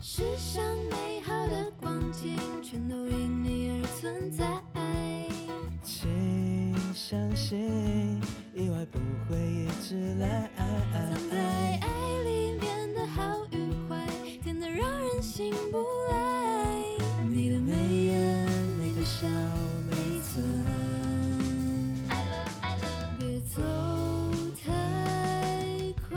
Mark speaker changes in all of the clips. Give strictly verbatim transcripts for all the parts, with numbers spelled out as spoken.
Speaker 1: 世上美好的光景全都因你而存在，
Speaker 2: 请相信意外不会一直来，
Speaker 1: 藏在爱里面的好与坏甜得让人醒不来，你的眉眼每个小每寸，别走太快。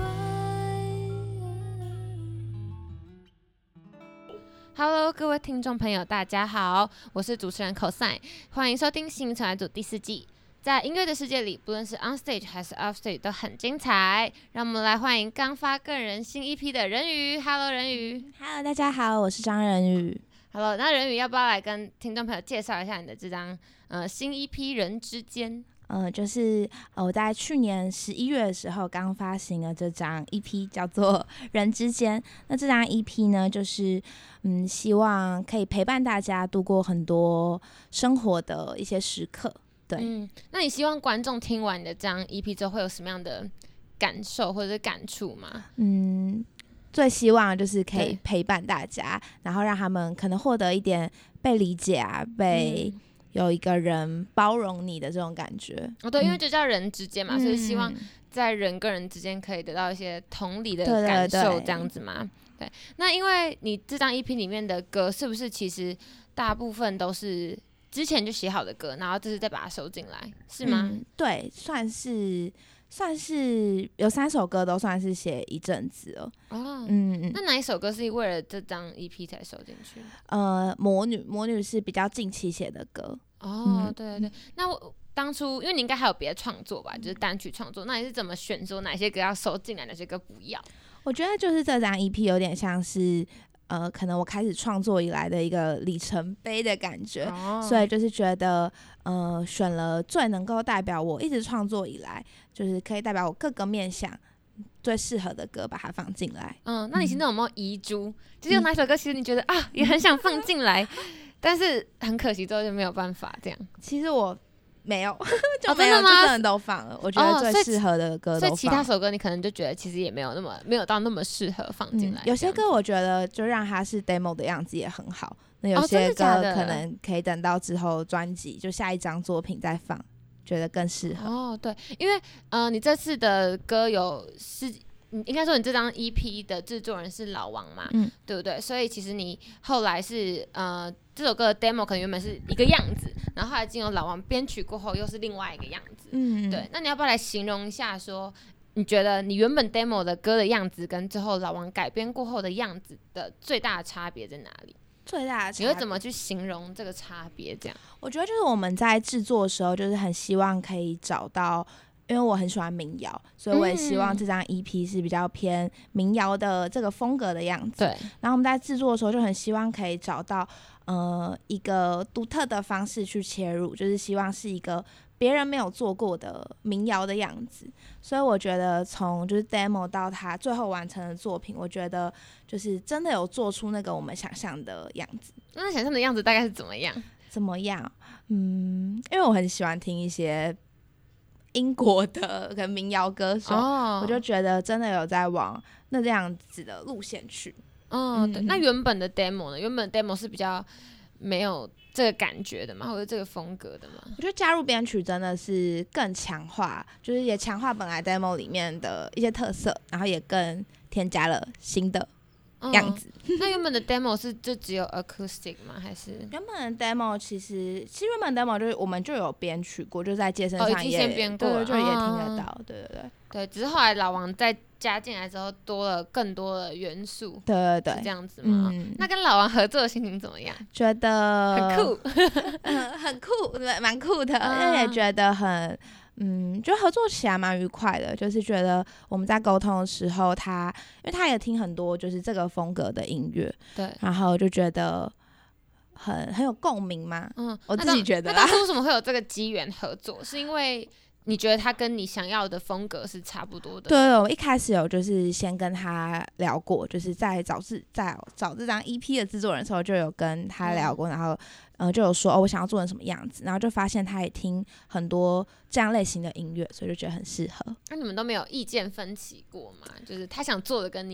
Speaker 3: Hello， 各位听众朋友，大家好，我是主持人 Cosine， 欢迎收听《新传来组》第四季。在音乐的世界里，不论是 on stage 还是 off stage 都很精彩。让我们来欢迎刚发个人新 E P 的人鱼。Hello， 人鱼。
Speaker 4: Hello， 大家好，我是张人宇。
Speaker 3: Hello， 那人鱼要不要来跟听众朋友介绍一下你的这张呃新 E P《人之间》？
Speaker 4: 呃，就是呃，我在去年十一月的时候刚发行了这张 E P， 叫做《人之间》。那这张 E P 呢，就是嗯，希望可以陪伴大家度过很多生活的一些时刻。对，
Speaker 3: 嗯，那你希望观众听完你的这张 E P 之后会有什么样的感受或者是感触吗？
Speaker 4: 嗯，最希望就是可以
Speaker 3: 对
Speaker 4: 陪伴大家，然后让他们可能获得一点被理解啊，被、
Speaker 3: 嗯
Speaker 4: 有一个人包容你的这种感觉。
Speaker 3: 哦，对，因为
Speaker 4: 嗯
Speaker 3: 就叫人之间嘛，
Speaker 4: 嗯
Speaker 3: 所以希望在人跟人之间可以得到一些同理的
Speaker 4: 对对
Speaker 3: 感受，
Speaker 4: 对
Speaker 3: 这样子嘛。对，那因为你这张 E P 里面的歌，是不是其实大部分都是之前就写好的歌，然后这次再把它收进来，是吗？
Speaker 4: 嗯、对，算是算是有三首歌都算是写一阵子了。
Speaker 3: 哦，
Speaker 4: 嗯嗯，
Speaker 3: 那哪一首歌是为了这张 E P 才收进去？
Speaker 4: 呃，魔女魔女是比较近期写的歌。
Speaker 3: 哦，
Speaker 4: 嗯
Speaker 3: 对对对，那我当初因为你应该还有别的创作吧，就是单曲创作，那你是怎么选说哪些歌要收进来，哪些歌不要？
Speaker 4: 我觉得就是这张 E P 有点像是呃，可能我开始创作以来的一个里程碑的感觉。
Speaker 3: 哦，
Speaker 4: 所以就是觉得，呃，选了最能够代表我一直创作以来，就是可以代表我各个面向最适合的歌，把它放进来。
Speaker 3: 嗯，那你现在有没有遗珠？就是有哪首歌，其实你觉得啊，也很想放进来，但是很可惜之后就没有办法这样。
Speaker 4: 其实我没有，就
Speaker 3: 哦
Speaker 4: 没有，
Speaker 3: 真的吗
Speaker 4: 就真的都放了。我觉
Speaker 3: 哦所以
Speaker 4: 得最适合的歌都放。
Speaker 3: 所以其他首歌你可能就觉得其实也没有那么没有到那么适合放进来、
Speaker 4: 嗯。有些歌我觉得就让它是 demo 的样子也很好。那有
Speaker 3: 哦真
Speaker 4: 些歌
Speaker 3: 的假的
Speaker 4: 可能可以等到之后专辑就下一张作品再放，觉得更适合。
Speaker 3: 哦，对，因为呃，你这次的歌有是。你应该说你这张 E P 的制作人是老王嘛，
Speaker 4: 嗯，
Speaker 3: 对不对？所以其实你后来是呃这首歌的 demo 可能原本是一个样子，然后后来经由老王编曲过后又是另外一个样子，
Speaker 4: 嗯，
Speaker 3: 对。那你要不要来形容一下说，你觉得你原本 demo 的歌的样子跟最后老王改编过后的样子的最大的差别在哪里？
Speaker 4: 最大的差别
Speaker 3: 你会怎么去形容这个差别？这样，
Speaker 4: 我觉得就是我们在制作的时候，就是很希望可以找到。因为我很喜欢民谣，所以我也希望这张 E P 是比较偏民谣的这个风格的样子。
Speaker 3: 对。
Speaker 4: 然后我们在制作的时候就很希望可以找到呃一个独特的方式去切入，就是希望是一个别人没有做过的民谣的样子。所以我觉得从就是 demo 到他最后完成的作品，我觉得就是真的有做出那个我们想象的样子。
Speaker 3: 那想象的样子大概是怎么样？
Speaker 4: 怎么样？嗯，因为我很喜欢听一些英国的跟民谣歌手，
Speaker 3: 哦，
Speaker 4: 我就觉得真的有在往那这样子的路线去。
Speaker 3: 哦，对，
Speaker 4: 嗯
Speaker 3: 那原本的 demo 呢？原本的 demo 是比较没有这个感觉的嘛，或者这个风格的嘛？
Speaker 4: 我觉得加入编曲真的是更强化，就是也强化本来 demo 里面的一些特色，然后也更添加了新的样子。
Speaker 3: 嗯、那原本的 demo 是就只有 acoustic 吗？还是
Speaker 4: 原本的 demo 其实其实原本 demo 就是我们就有编曲过，就在街声
Speaker 3: 哦已
Speaker 4: 上也、
Speaker 3: 经先编过
Speaker 4: 对，
Speaker 3: 了
Speaker 4: 就也听得
Speaker 3: 哦
Speaker 4: 到，对对对
Speaker 3: 对，只是后来老王再加进来之后，多了更多的元素，
Speaker 4: 对对
Speaker 3: 是
Speaker 4: 对，
Speaker 3: 这样子吗？
Speaker 4: 嗯，
Speaker 3: 那跟老王合作的心情怎么样？
Speaker 4: 觉得
Speaker 3: 很酷，
Speaker 4: 嗯，很酷，对，蛮酷的，
Speaker 3: 啊
Speaker 4: 但也觉得很，嗯，就合作起来蛮愉快的。就是觉得我们在沟通的时候，他因为他也听很多就是这个风格的音乐，
Speaker 3: 对，
Speaker 4: 然后就觉得很很有共鸣嘛。
Speaker 3: 嗯，
Speaker 4: 我
Speaker 3: 那当
Speaker 4: 自己觉得啦
Speaker 3: 那当初为什么会有这个机缘合作？是因为你觉得他跟你想要的风格是差不多的？
Speaker 4: 对，我一开始有就是先跟他聊过，就是在找制在找这张 E P 的制作人的时候，就有跟他聊过，嗯、然后呃就有说哦，我想要做成什么样子，然后就发现他也听很多这样类型的音乐，所以就觉得很适合。
Speaker 3: 那你们都没有意见分歧过吗？就是他想做的跟你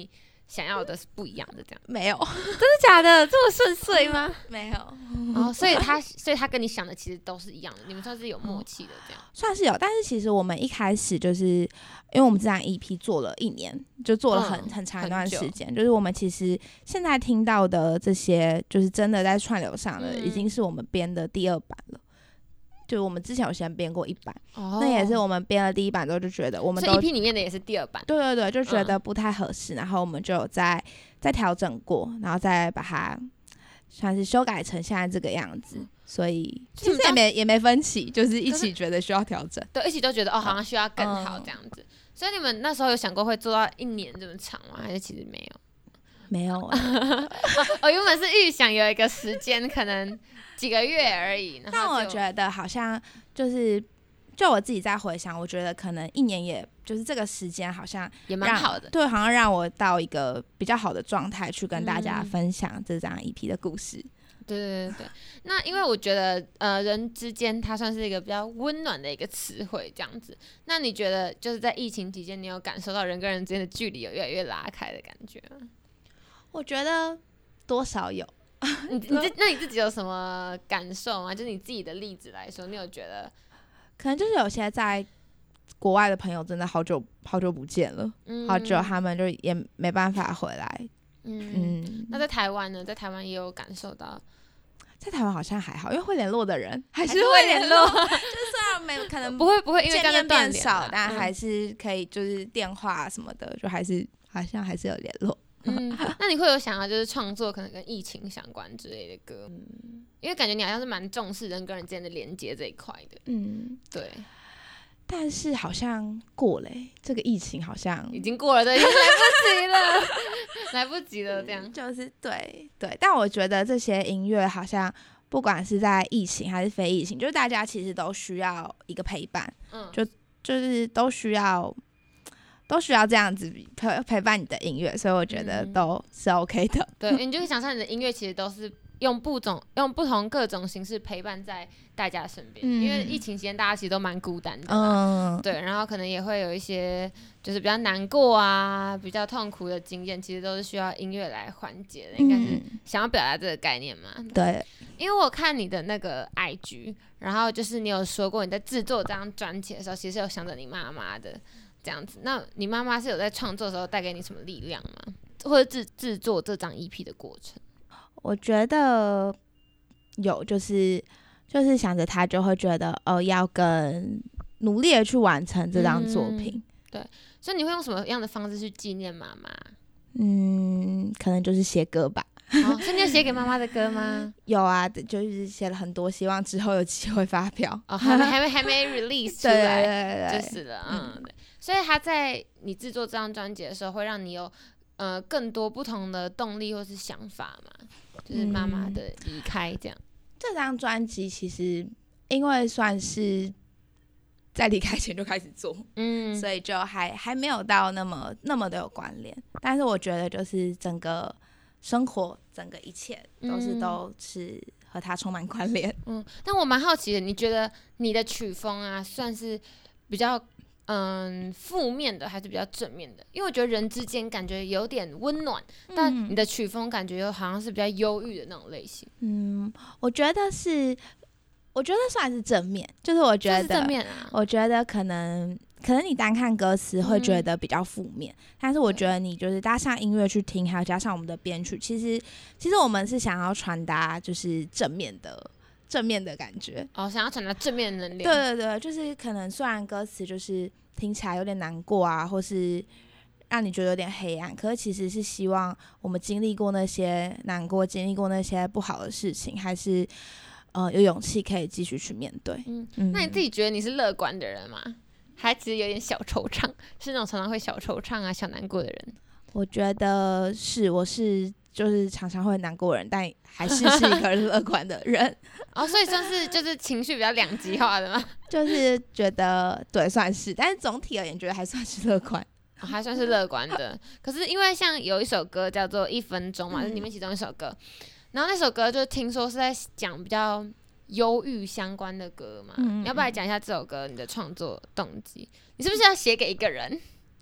Speaker 3: 想要的是不一样的，这样
Speaker 4: 没有，
Speaker 3: 真的假的？这么顺遂吗？
Speaker 4: 没有。
Speaker 3: 哦，所以他，所以他跟你想的其实都是一样的，你们算是有默契的这样。
Speaker 4: 算是有，但是其实我们一开始就是因为我们这张 E P 做了一年，就做了很、嗯、很长一段时间，就是我们其实现在听到的这些，就是真的在串流上的，嗯、已经是我们编的第二版了。就我们之前有先编过一版，哦、那也是我们编了第一版之后就觉得我们都
Speaker 3: E P 里面的也是第二版，
Speaker 4: 对对对，就觉得不太合适，嗯、然后我们就有再再调整过，然后再把它算是修改成现在这个样子。嗯所以其实也没也没分歧，就是一起觉得需要调整，
Speaker 3: 对，一起都觉得哦，好像需要更好这样子。嗯、所以你们那时候有想过会做到一年这么长吗？还是其实没有？
Speaker 4: 没有啊、欸。
Speaker 3: 我原本是预想有一个时间，可能几个月而已。然后
Speaker 4: 但我觉得好像就是，就我自己在回想，我觉得可能一年也就是这个时间好像
Speaker 3: 也蛮好的，
Speaker 4: 对，好像让我到一个比较好的状态去跟大家分享这张 E P 的故事。
Speaker 3: 对对对对，那因为我觉得呃人之间它算是一个比较温暖的一个词汇这样子。那你觉得就是在疫情期间，你有感受到人跟人之间的距离有越来越拉开的感觉吗？
Speaker 4: 我觉得多少有。
Speaker 3: 你你自那你自己有什么感受吗？就是你自己的例子来说，你有觉得
Speaker 4: 可能就是有些在国外的朋友真的好久好久不见了，嗯、好久他们就也没办法回来。
Speaker 3: 嗯，嗯那在台湾呢？在台湾也有感受到。
Speaker 4: 在台湾好像还好，因为会联络的人还是
Speaker 3: 会联络，
Speaker 4: 就是虽然没可能
Speaker 3: 不会不会因为
Speaker 4: 见面变
Speaker 3: 少，
Speaker 4: 但还是可以就是电话什么的，就还是好像还是有联络。
Speaker 3: 嗯，那你会有想要就是创作可能跟疫情相关之类的歌？嗯，因为感觉你好像是蛮重视人跟人之间的连接这一块的。嗯，对。
Speaker 4: 但是好像过了、欸，这个疫情好像
Speaker 3: 已经过了，对，已经来不及了，来不及了，这样
Speaker 4: 就是对对。但我觉得这些音乐好像不管是在疫情还是非疫情，就是大家其实都需要一个陪伴，嗯，就就是都需要都需要这样子陪陪伴你的音乐，所以我觉得都是 OK 的。
Speaker 3: 嗯、对，你就会想象你的音乐其实都是用不同用不同各种形式陪伴在大家身边、嗯，因为疫情期间大家其实都蛮孤单的，嗯，对，然后可能也会有一些就是比较难过啊、比较痛苦的经验，其实都是需要音乐来缓解的，应该是想要表达这个概念嘛？
Speaker 4: 对，
Speaker 3: 因为我看你的那个 I G， 然后就是你有说过你在制作这张专辑的时候，其实有想着你妈妈的这样子，那你妈妈是有在创作的时候带给你什么力量吗？或者制制作这张 E P 的过程？
Speaker 4: 我觉得有，就是就是想着他就会觉得哦，要更努力的去完成这张作品、嗯。
Speaker 3: 对，所以你会用什么样的方式去纪念妈妈？
Speaker 4: 嗯，可能就是写歌吧。
Speaker 3: 哦，所以你有写给妈妈的歌吗？
Speaker 4: 有啊，就是写了很多，希望之后有机会发表。
Speaker 3: 哦，还没还没还没 release 出来，
Speaker 4: 对对对对
Speaker 3: 就是了，嗯，对。所以他在你制作这张专辑的时候，会让你有呃更多不同的动力或是想法嘛？就是妈妈的离开这样、嗯。
Speaker 4: 这张专辑其实因为算是在离开前就开始做，嗯，所以就还还没有到那么那么的有关联。但是我觉得就是整个生活，整个一切都是、嗯、都是和它充满关联。
Speaker 3: 嗯，但我蛮好奇的，你觉得你的曲风啊，算是比较嗯负面的还是比较正面的？因为我觉得人之间感觉有点温暖、嗯，但你的曲风感觉又好像是比较忧郁的那种类型。
Speaker 4: 嗯，我觉得是，我觉得算是正面，就是我觉得
Speaker 3: 是正面啊，
Speaker 4: 我觉得可能可能你单看歌词会觉得比较负面、嗯，但是我觉得你就是搭上音乐去听，还有加上我们的编曲，其实其实我们是想要传达就是正面的。正面的感觉
Speaker 3: 哦，想要传达正面能量。
Speaker 4: 对对对，就是可能虽然歌词就是听起来有点难过啊，或是让你觉得有点黑暗，可是其实是希望我们经历过那些难过，经历过那些不好的事情，还是呃有勇气可以继续去面对。
Speaker 3: 嗯嗯，那你自己觉得你是乐观的人吗？还其实有点小惆怅，是那种常常会小惆怅啊、小难过的人？
Speaker 4: 我觉得是，我是。就是常常会难过的人，但还是是一个乐观的人
Speaker 3: 哦，所以算是就是情绪比较两极化的吗？
Speaker 4: 就是觉得对，算是，但是总体而言，觉得还算是乐观、
Speaker 3: 哦，还算是乐观的。可是因为像有一首歌叫做《一分钟》嘛，是、嗯、里面其中一首歌，然后那首歌就听说是在讲比较忧郁相关的歌嘛，嗯、你要不要来讲一下这首歌你的创作动机？你是不是要写给一个人？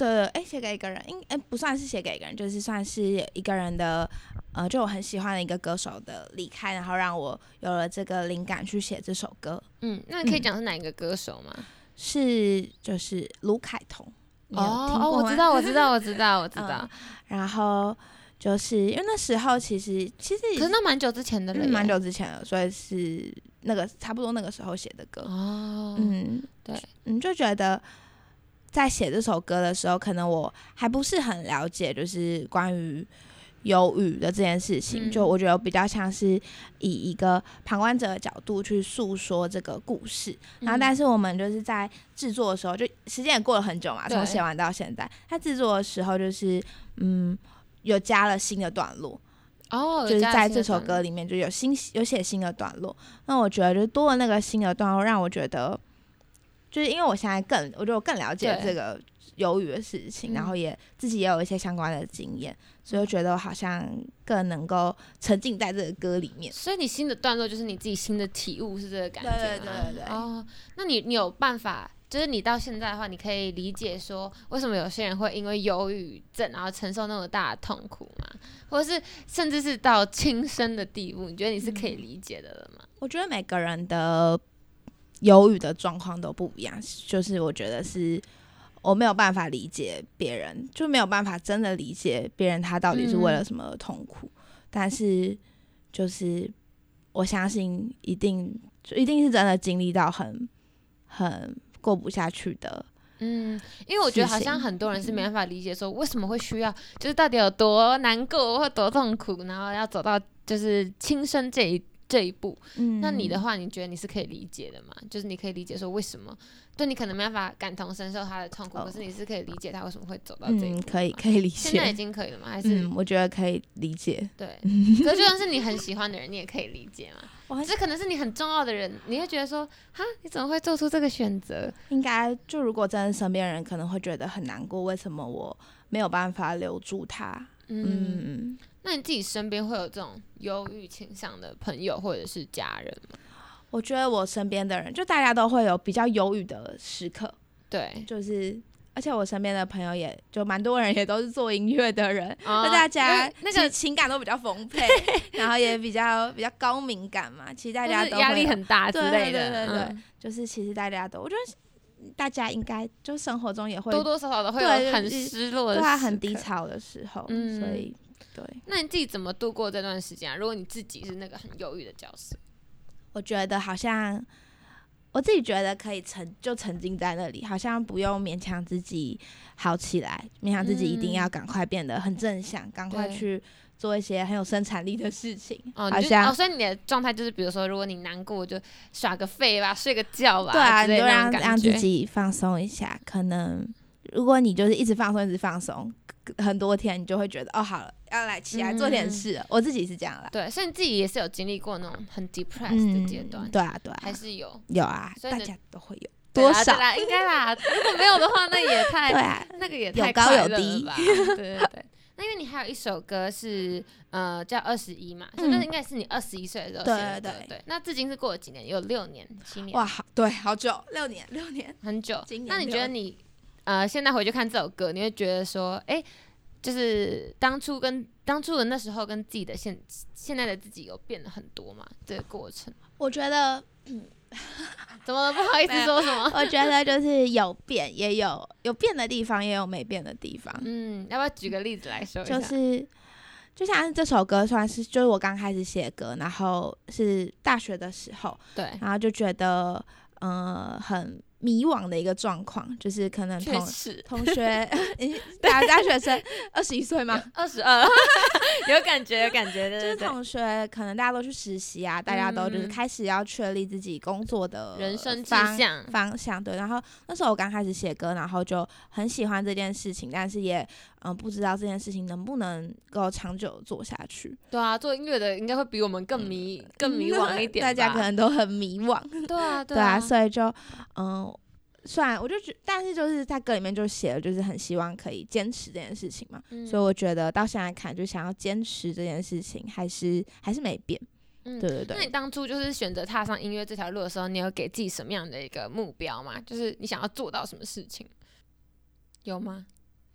Speaker 4: 对对，哎，写给一个人，应哎不算是写给一个人，就是算是一个人的，呃，就我很喜欢的一个歌手的离开，然后让我有了这个灵感去写这首歌。
Speaker 3: 嗯，那你可以讲是哪一个歌手吗？
Speaker 4: 是就是卢凯彤。
Speaker 3: 哦哦，我知道，我知道，我知道，我知道。
Speaker 4: 嗯、然后就是因为那时候其实其实
Speaker 3: 可是那蛮久之前的了，
Speaker 4: 蛮、嗯、久之前了，所以是那个差不多那个时候写的歌。
Speaker 3: 哦，
Speaker 4: 嗯，
Speaker 3: 对，
Speaker 4: 嗯，就觉得在写这首歌的时候，可能我还不是很了解，就是关于忧郁的这件事情，嗯、就我觉得比较像是以一个旁观者的角度去诉说这个故事。嗯、然后，但是我们就是在制作的时候，就时间也过了很久嘛，从写完到现在，在制作的时候就是嗯，有加了新的段落。
Speaker 3: 哦，
Speaker 4: 就是在这首歌里面就有新有写新的段落。那我觉得就多了那个新的段落，让我觉得就是因为我现在更，我觉得我更了解这个忧郁的事情，然后也自己也有一些相关的经验，所以我觉得我好像更能够沉浸在这个歌里面。
Speaker 3: 所以你新的段落就是你自己新的体悟，是这个感觉吗？
Speaker 4: 对对对对。
Speaker 3: 哦，那你你有办法？就是你到现在的话，你可以理解说为什么有些人会因为忧郁症然后承受那么大的痛苦吗？或者是甚至是到轻生的地步，你觉得你是可以理解的了吗？
Speaker 4: 嗯、我觉得每个人的忧郁的状况都不一样，就是我觉得是我没有办法理解别人，就没有办法真的理解别人他到底是为了什么而痛苦，嗯、但是就是我相信一定就一定是真的经历到很很过不下去的，
Speaker 3: 嗯，因为我觉得好像很多人是没办法理解说为什么会需要，就是到底有多难过或多痛苦，然后要走到就是轻生这一这一步。嗯，那你的话，你觉得你是可以理解的吗？就是你可以理解说为什么，对你可能没办法感同身受他的痛苦，哦、可是你是可以理解他为什么会走到这一步。
Speaker 4: 嗯，可以可以理解。
Speaker 3: 现在已经可以了吗？还是？
Speaker 4: 嗯，我觉得可以理解。
Speaker 3: 对，可是就算是你很喜欢的人，你也可以理解嘛。这可能是你很重要的人，你会觉得说，哈，你怎么会做出这个选择？
Speaker 4: 应该就如果真的身边人可能会觉得很难过，为什么我没有办法留住他？嗯，
Speaker 3: 嗯，那你自己身边会有这种忧郁倾向的朋友或者是家人吗？
Speaker 4: 我觉得我身边的人，就大家都会有比较忧郁的时刻。
Speaker 3: 对，
Speaker 4: 就是。而且我身边的朋友也就蛮多人也都是做音乐的人，那、哦、大家那个情感都比较丰沛，然后也比较比较高敏感嘛，其实大家都
Speaker 3: 压力很大之类的，
Speaker 4: 对对对对，嗯、就是其实大家都，我觉得大家应该就生活中也会
Speaker 3: 多多少少的会有很失落的时刻，
Speaker 4: 对啊，很低潮的时候，嗯、所以对。
Speaker 3: 那你自己怎么度过这段时间啊？如果你自己是那个很忧郁的角色，
Speaker 4: 我觉得好像。我自己觉得可以沉就沉浸在那里，好像不用勉强自己好起来，勉强自己一定要赶快变得很正向，赶、嗯、快去做一些很有生产力的事情。
Speaker 3: 哦，
Speaker 4: 好像
Speaker 3: 哦，所以你的状态就是，比如说，如果你难过，就耍个废吧，睡个觉吧，
Speaker 4: 对啊，
Speaker 3: 你
Speaker 4: 就让让自己放松一下。可能如果你就是一直放松，一直放松。很多天你就会觉得哦好了，要来起来做点事了、嗯、我自己是这样啦。
Speaker 3: 对，所以你自己也是有经历过那种很 depressed 的阶段、
Speaker 4: 嗯、对啊对啊，
Speaker 3: 还是有
Speaker 4: 有啊，大家都会有
Speaker 3: 多
Speaker 4: 少
Speaker 3: 啦应该啦，如果没有的话那也太
Speaker 4: 对啊，
Speaker 3: 那个也太快乐了吧，有高有低对对对。那因为你还有一首歌是呃叫二十一嘛，所以那应该是你二十一岁的时候写的歌、嗯、对对 对, 对。那至今是过了几年？有六年七年？
Speaker 4: 哇，对，好久，六年六年
Speaker 3: 很久。那你觉得你呃现在回去看这首歌，你会觉得说哎、欸就是当初跟当初的那时候跟自己的现现在的自己有变得很多嘛？这个过程，
Speaker 4: 我觉得，嗯、
Speaker 3: 怎么了？不好意思说什么？
Speaker 4: 我觉得就是有变，也有有变的地方，也有没变的地方。
Speaker 3: 嗯，要不要举个例子来说一下？
Speaker 4: 就是就像是这首歌算是就是我刚开始写歌，然后是大学的时候，
Speaker 3: 对，
Speaker 4: 然后就觉得呃很。迷惘的一个状况，就是可能同同学，大大学生二十一岁吗？
Speaker 3: 二十二，有感觉，有感觉，对对对，
Speaker 4: 就是同學可能大家都去實習啊，大家都就是開始要確立自己工作的
Speaker 3: 人生志向
Speaker 4: 方向，對。然後那時候我剛開始寫歌，然後就很喜歡這件事情，但是也嗯、呃、不知道這件事情能不能夠長久做下去。
Speaker 3: 對啊，做音樂的應該會比我們更迷、嗯、更迷惘一點吧，
Speaker 4: 大家可能都很迷惘。
Speaker 3: 對啊，對啊，
Speaker 4: 對啊，所以就嗯。呃虽然我就覺，但是就是在歌裡面就寫了，就是很希望可以堅持這件事情嘛、嗯，所以我覺得到現在看，就想要堅持這件事情，還是還是沒變。嗯，對對對。
Speaker 3: 那你當初就是選擇踏上音樂這條路的時候，你有給自己什麼樣的一個目標嗎？就是你想要做到什麼事情？有嗎？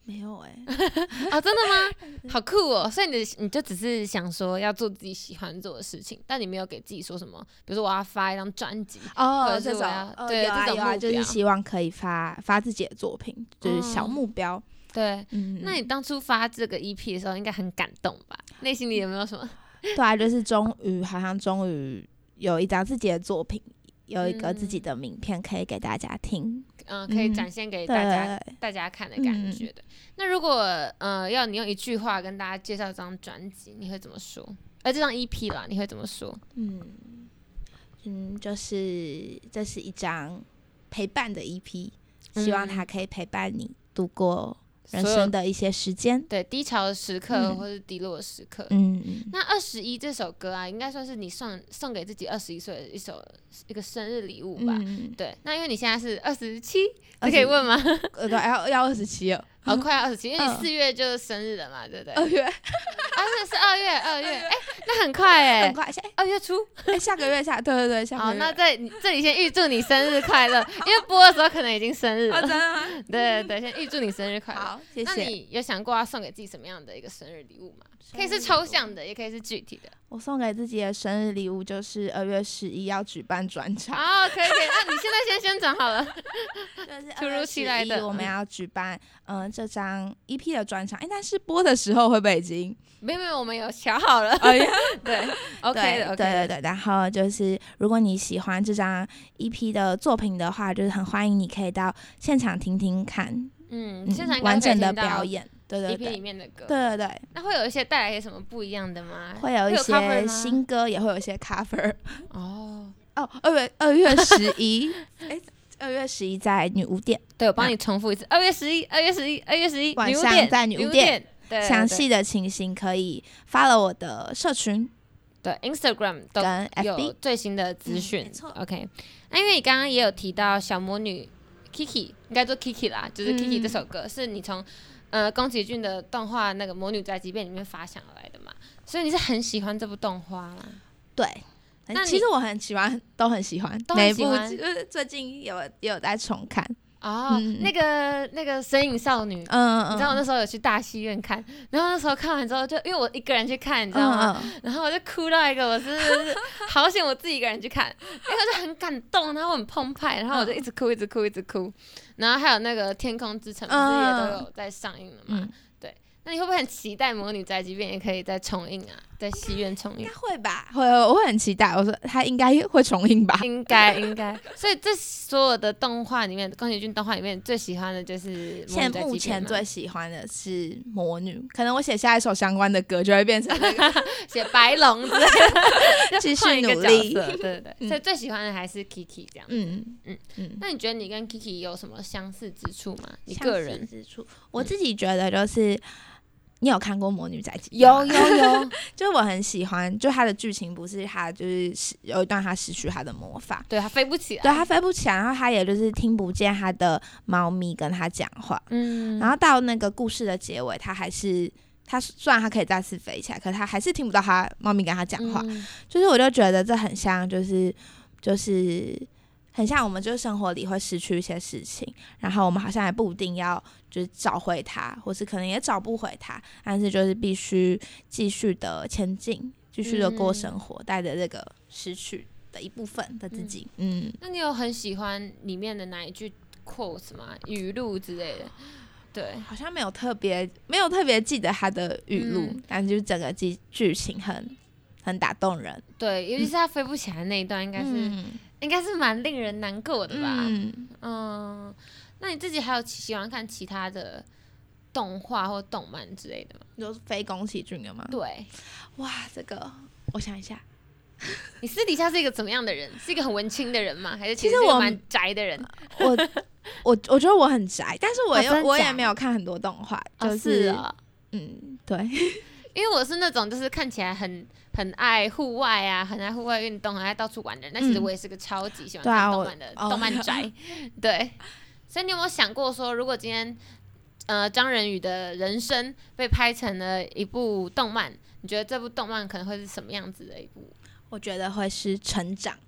Speaker 4: 没有哎、
Speaker 3: 哦，真的吗？好酷哦！所以你你就只是想说要做自己喜欢做的事情，但你没有给自己说什么，比如说我要发一张专辑，或
Speaker 4: 哦，
Speaker 3: 者是
Speaker 4: 这种
Speaker 3: 我要
Speaker 4: 哦
Speaker 3: 对
Speaker 4: 有啊有啊，
Speaker 3: 这种目标
Speaker 4: 就是希望可以发发自己的作品，就是小
Speaker 3: 哦
Speaker 4: 目标。
Speaker 3: 对。
Speaker 4: 嗯，
Speaker 3: 那你当初发这个 E P 的时候，应该很感动吧？内心里有没有什么？
Speaker 4: 对啊，就是终于好像终于有一张自己的作品，有一个自己的名片可以给大家听。
Speaker 3: 嗯、呃，可以
Speaker 4: 嗯
Speaker 3: 展现给大家、
Speaker 4: 对
Speaker 3: 大家看的感觉的。那如果呃要你用一句话跟大家介绍这张专辑，你会怎么说？而这张 E P 啦，你会怎么说？
Speaker 4: 嗯嗯，就是这是一张陪伴的 E P，希望它可以陪伴你度过人
Speaker 3: 所有
Speaker 4: 生的一些时间。
Speaker 3: 对低潮的时刻、
Speaker 4: 嗯
Speaker 3: 或是低落的时刻。
Speaker 4: 嗯嗯，
Speaker 3: 那二十一这首歌啊，应该算是你送送给自己二十一岁的一首一个生日礼物吧？
Speaker 4: 嗯，
Speaker 3: 对。那因为你现在是二十七，这
Speaker 4: 二十
Speaker 3: 可以问吗？
Speaker 4: 呃，对，要要二十七了，
Speaker 3: 哦，快要二十七，因为你
Speaker 4: 嗯
Speaker 3: 四月就生日了嘛，对不对？
Speaker 4: 二月
Speaker 3: 啊，是是二月，二月，哎、那很快哎、
Speaker 4: 很快，下
Speaker 3: 二月初。
Speaker 4: 哎下个月下，对对对，下
Speaker 3: 好，
Speaker 4: 个月。
Speaker 3: 那在这里先预祝你生日快乐，因为播的时候可能已经生日了。
Speaker 4: 哦，真的吗？
Speaker 3: 对对对，先预祝你生日快乐。
Speaker 4: 好，谢
Speaker 3: 那
Speaker 4: 谢。
Speaker 3: 你有想过要送给自己什么样的一个生日礼物吗？可以是抽象的，也可以是具体的。
Speaker 4: 我送给自己的生日礼物就是二月十一要举办专场，
Speaker 3: 哦，可以可以，那你现在先宣传好了。
Speaker 4: 就是
Speaker 3: 突如其来的
Speaker 4: 我们要举办嗯、呃、这张 E P 的专场。哎，但是播的时候会不会已经？
Speaker 3: 没有没有，我们有想好了。
Speaker 4: 哎呀，
Speaker 3: 对，OK
Speaker 4: 对
Speaker 3: 的，OK 的。
Speaker 4: 对对对，然后就是如果你喜欢这张 E P 的作品的话，就是很欢迎你可以到现场听听看，
Speaker 3: 嗯，
Speaker 4: 嗯
Speaker 3: 现场应该
Speaker 4: 完整的
Speaker 3: 可以听到
Speaker 4: 表演。对对
Speaker 3: E P 里
Speaker 4: 对，
Speaker 3: 面的歌。
Speaker 4: 对对对，
Speaker 3: 那会有一些带来一些什么不一样的吗？
Speaker 4: 会有一
Speaker 3: cover
Speaker 4: 些
Speaker 3: 吗
Speaker 4: 新歌，也会有一些 cover。
Speaker 3: 哦。
Speaker 4: 哦，二月二月十一，哎，二月十一在女巫店，
Speaker 3: 对，我帮你重复一次，二月十一，二月十一，二月十一，
Speaker 4: 晚上
Speaker 3: 女巫店
Speaker 4: 在女巫
Speaker 3: 女巫
Speaker 4: 店
Speaker 3: 对，对
Speaker 4: 详细的情形可以发了我的社群
Speaker 3: 对 Instagram 都
Speaker 4: 跟 F
Speaker 3: 有
Speaker 4: B。
Speaker 3: 最新的资讯
Speaker 4: 嗯没错。
Speaker 3: OK， 那因为你刚刚也有提到小魔女 Kiki， 应该做 Kiki 啦，就是 Kiki
Speaker 4: 嗯
Speaker 3: 这首歌是你从呃宫崎骏的动画那个《魔女宅急便》里面发想而来的嘛，所以你是很喜欢这部动画吗？
Speaker 4: 对，
Speaker 3: 那你
Speaker 4: 其实我很喜欢，都很喜欢，
Speaker 3: 都很
Speaker 4: 每一部
Speaker 3: 喜欢
Speaker 4: 就是最近有也有在重看。
Speaker 3: 哦，
Speaker 4: 嗯
Speaker 3: 那个那个神隐少女。
Speaker 4: 嗯
Speaker 3: 你知道我
Speaker 4: 嗯
Speaker 3: 那时候有去大戏院看，然后那时候看完之后就，因为我一个人去看，你知道吗？
Speaker 4: 嗯嗯，
Speaker 3: 然后我就哭到一个，我真的是好险我自己一个人去看，因为我就很感动，然后我很澎湃，然后我就一直哭，一直哭，一直哭。然后还有那个《天空之城》不是也都有在上映了嘛？
Speaker 4: 嗯
Speaker 3: 对，那你会不会很期待《魔女宅急便》也可以再重映啊？在戏院重映
Speaker 4: 应该？会吧？会，我会很期待。我说他应该会重映吧？
Speaker 3: 应该应该，所以这所有的动画里面，宫崎骏动画里面最喜欢的就是《魔
Speaker 4: 现在目
Speaker 3: 女宅急便》吗
Speaker 4: 前最喜欢的是魔女，可能我写下一首相关的歌就会变成那个
Speaker 3: 写白龙之类的，
Speaker 4: 继续
Speaker 3: 换一个角
Speaker 4: 努力。
Speaker 3: 色，对对对，
Speaker 4: 嗯
Speaker 3: 所以最喜欢的还是 Kiki 这样。
Speaker 4: 嗯
Speaker 3: 嗯
Speaker 4: 嗯嗯，
Speaker 3: 那你觉得你跟 Kiki 有什么相似之处吗？你
Speaker 4: 相似
Speaker 3: 个人
Speaker 4: 之处，我自己觉得就是。你有看过《魔女宅急便》
Speaker 3: 有
Speaker 4: 吗？
Speaker 3: 有有，
Speaker 4: 就是我很喜欢，就它的剧情不是它就是失有一段它失去它的魔法，
Speaker 3: 对他飞不起来，
Speaker 4: 对，它飞不起来，然后它也就是听不见它的猫咪跟它讲话，
Speaker 3: 嗯，
Speaker 4: 然后到那个故事的结尾，它还是它虽然它可以再次飞起来，可它还是听不到它猫咪跟它讲话，
Speaker 3: 嗯
Speaker 4: 就是我就觉得这很像，就是就是很像我们就是生活里会失去一些事情，然后我们好像也不一定要就是找回它，或是可能也找不回它，但是就是必须继续的前进，继续的过生活，带着这个失去的一部分的自己。嗯，
Speaker 3: 那你有很喜欢里面的哪一句 quote 吗？语录之类的？对，
Speaker 4: 好像没有特别没有特别记得他的语录，
Speaker 3: 嗯
Speaker 4: 但就是整个剧剧情很很打动人，
Speaker 3: 对，尤其是他飞不起来那一段，应该是、
Speaker 4: 嗯
Speaker 3: 应该是蛮令人难过的吧？嗯
Speaker 4: 嗯，
Speaker 3: 那你自己还有喜欢看其他的动画或动漫之类的吗？
Speaker 4: 就是非宫崎骏的吗？
Speaker 3: 对，
Speaker 4: 哇，这个我想一下，
Speaker 3: 你私底下是一个怎么样的人？是一个很文青的人吗？还是
Speaker 4: 其实我
Speaker 3: 是一个蛮宅的人？
Speaker 4: 我我我觉得我很宅，但是我又、
Speaker 3: 哦真假
Speaker 4: 我也没有看很多动画，就
Speaker 3: 哦是啊、
Speaker 4: 嗯，对，
Speaker 3: 因为我是那种就是看起来很很爱户外啊，很爱户外运动，很爱到处玩的人。但其实
Speaker 4: 嗯
Speaker 3: 我也是个超级喜欢
Speaker 4: 对啊我
Speaker 3: 看动漫的、
Speaker 4: 哦
Speaker 3: 动漫宅。对，所以你有没有想过说，如果今天呃张仁宇的人生被拍成了一部动漫，你觉得这部动漫可能会是什么样子的一部？
Speaker 4: 我觉得会是成长，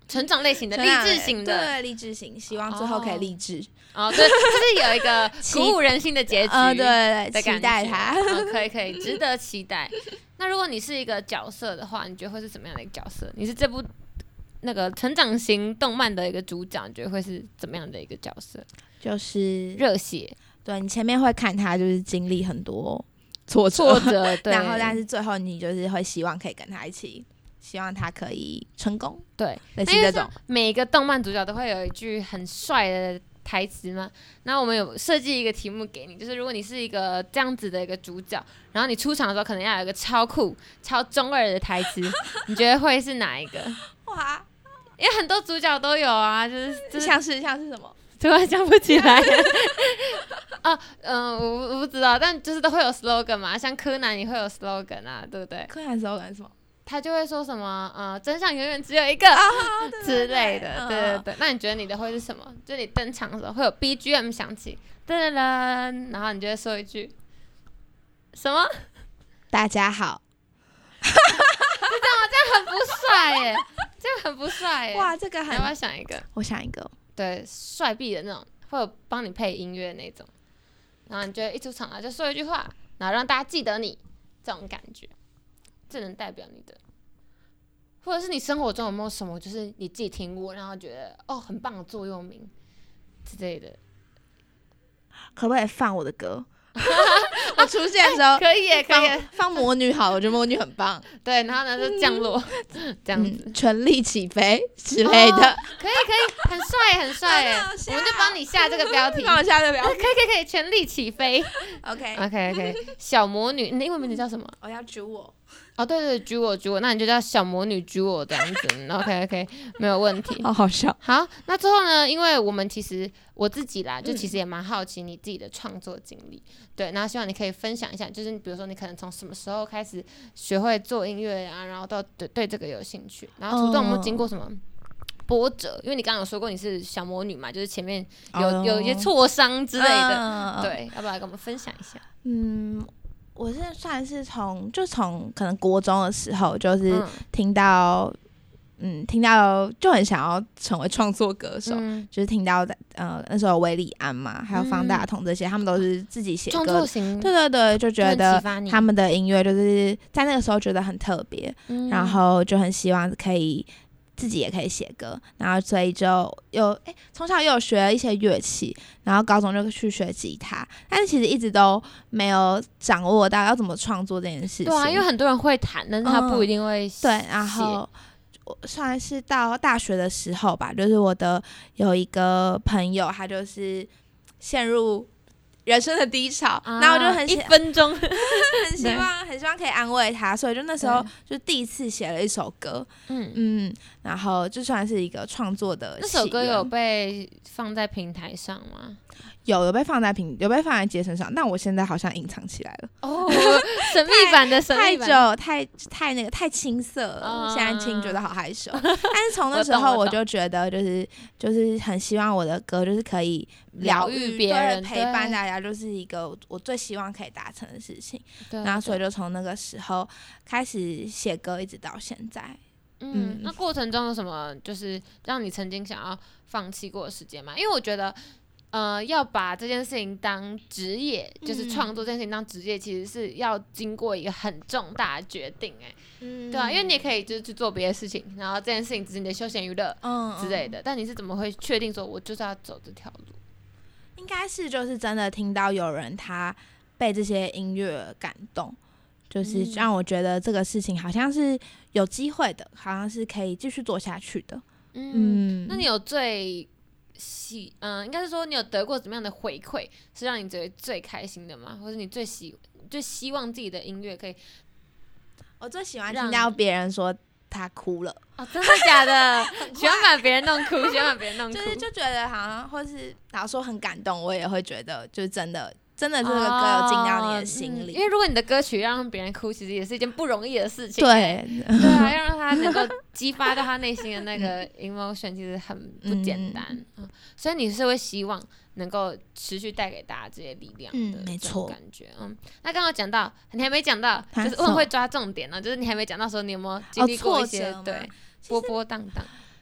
Speaker 3: 成长类型的、励志型的，
Speaker 4: 对，励志型，希望最后可以励志。
Speaker 3: 哦，对，就是有一个鼓舞人心的结局，
Speaker 4: 呃，对对对，
Speaker 3: 的感觉
Speaker 4: 期待它。
Speaker 3: 哦，可以可以，值得期待。那如果你是一个角色的话，你觉得会是什么样的一个角色？你是这部那个成长型动漫的一个主角，你觉得会是怎么样的一个角色？
Speaker 4: 就是
Speaker 3: 热血，
Speaker 4: 对你前面会看他就是经历很多挫折，
Speaker 3: 挫折，对，
Speaker 4: 然后但是最后你就是会希望可以跟他一起，希望他可以成功，
Speaker 3: 对，
Speaker 4: 类似这种。
Speaker 3: 每个动漫主角都会有一句很帅的台词嘛。那我们有设计一个题目给你，就是如果你是一个这样子的一个主角，然后你出场的时候可能要有一个超酷、超中二的台词，你觉得会是哪一个？
Speaker 4: 哇，
Speaker 3: 因为很多主角都有啊，就是就是
Speaker 4: 像是像是什么？
Speaker 3: 突然想不起来。哦，嗯、呃，我我不知道，但就是都会有 slogan 嘛，像柯南也会有 slogan 啊，对不对？
Speaker 4: 柯南 slogan 是什么？
Speaker 3: 他就会说什么，呃，真相永远只有一个、
Speaker 4: 哦、
Speaker 3: 之类的，
Speaker 4: 对
Speaker 3: 对对对。那你觉得你的会是什么？就你登场的时候会有 B G M 响起，噔噔噔，然后你就会说一句什么？
Speaker 4: 大家好。
Speaker 3: 就这样吗？这样很不帅耶，这样很不帅耶。
Speaker 4: 哇，这个很……
Speaker 3: 你要不要想一个？
Speaker 4: 我想一个，
Speaker 3: 对，帅毙的那种，会有帮你配音乐那种，然后你就一出场啊，就说一句话，然后让大家记得你，这种感觉。这能代表你的，或者是你生活中有没有什么，就是你自己听过，然后觉得哦很棒的座右铭之类的，
Speaker 4: 可不可以放我的歌？我出现的时候、
Speaker 3: 欸、可以耶，可以耶
Speaker 4: 放魔女好，我觉得魔女很棒。
Speaker 3: 对，然后呢就降落、嗯、这样子，
Speaker 4: 全、嗯、力起飞之类的，
Speaker 3: 哦、可以可以，很帅很帅耶，我们就帮你下这个标题，
Speaker 4: 帮我下这个标题，
Speaker 3: 可以可以可以，全力起飞。
Speaker 4: OK
Speaker 3: OK OK， 小魔女，你的英文名字叫什么？
Speaker 4: 我要举我。
Speaker 3: 哦，对对，举我举我，那你就叫小魔女举我这样子，OK OK， 没有问题。
Speaker 4: 好好笑。
Speaker 3: 好，那之后呢？因为我们其实我自己啦，就其实也蛮好奇你自己的创作经历，嗯、对，然后希望你可以分享一下，就是比如说你可能从什么时候开始学会做音乐啊，然后到对对这个有兴趣，然后途中有没有经过什么波折？因为你刚刚有说过你是小魔女嘛，就是前面有、哦、有一些挫伤之类的，嗯、对，要不要跟我们分享一下？
Speaker 4: 嗯。我是算是从就从可能国中的时候，就是听到，嗯, 嗯，听到就很想要成为创作歌手，嗯、就是听到呃那时候韦礼安嘛，还有方大同这些，嗯、他们都是自己写歌，
Speaker 3: 创作型，
Speaker 4: 对对对，就觉得他们的音乐就是在那个时候觉得很特别，嗯、然后就很希望可以。自己也可以写歌，然后所以就有哎，从小又有学了一些乐器，然后高中就去学吉他，但是其实一直都没有掌握到要怎么创作这件事情。
Speaker 3: 对啊，因为很多人会弹，但是他不一定会写。
Speaker 4: 嗯、对，然后我算是到大学的时候吧，就是我的有一个朋友，他就是陷入人生的低潮，啊、然后我就很
Speaker 3: 一分钟
Speaker 4: 很希望很希望可以安慰他，所以就那时候就第一次写了一首歌，嗯嗯，然后就算是一个创作的。
Speaker 3: 那首歌有被放在平台上吗？
Speaker 4: 有有被放在平有被放在街身上，但我现在好像隐藏起来了。
Speaker 3: 哦，神秘版的神秘版，
Speaker 4: 太久太太那个太青涩了，嗯、现在听觉得好害羞。但是从那时候我就觉得，就是就是很希望我的歌就是可以疗愈别人，陪伴大家，就是一个我最希望可以达成的事情。然后所以就从那个时候开始写歌，一直到现在。
Speaker 3: 嗯，嗯那过程中有什么就是让你曾经想要放弃过的时间吗？因为我觉得。呃，要把这件事情当职业，嗯、就是创作这件事情当职业，其实是要经过一个很重大的决定、欸，哎、嗯，对啊，因为你也可以就是去做别的事情，然后这件事情只是你的休闲娱乐之类的，嗯嗯但你是怎么会确定说我就是要走这条路？
Speaker 4: 应该是就是真的听到有人他被这些音乐感动，就是让我觉得这个事情好像是有机会的，好像是可以继续做下去的。
Speaker 3: 嗯，嗯那你有最喜嗯，应该是说你有得过怎么样的回馈，是让你觉得最开心的吗？或者你最喜最希望自己的音乐可以？
Speaker 4: 我最喜欢听到别人说他哭了。
Speaker 3: 哦，真的假的？喜欢把别人弄哭，喜欢把别人弄哭，
Speaker 4: 就是就觉得好像，或是然后说很感动，我也会觉得就是真的。真的这个歌有进到你的心里、
Speaker 3: 哦嗯，因为如果你的歌曲让别人哭，其实也是一件不容易的事情。
Speaker 4: 对，
Speaker 3: 对啊，要让他能够激发到他内心的那个 emotion， 其实很不简单、嗯嗯。所以你是会希望能够持续带给大家这些力量的，
Speaker 4: 嗯，没错，
Speaker 3: 感觉。嗯，那刚刚讲到，你还没讲到，就是我很会抓重点呢、喔，就是你还没讲到说你有没有经历过一些、哦、对波波荡荡。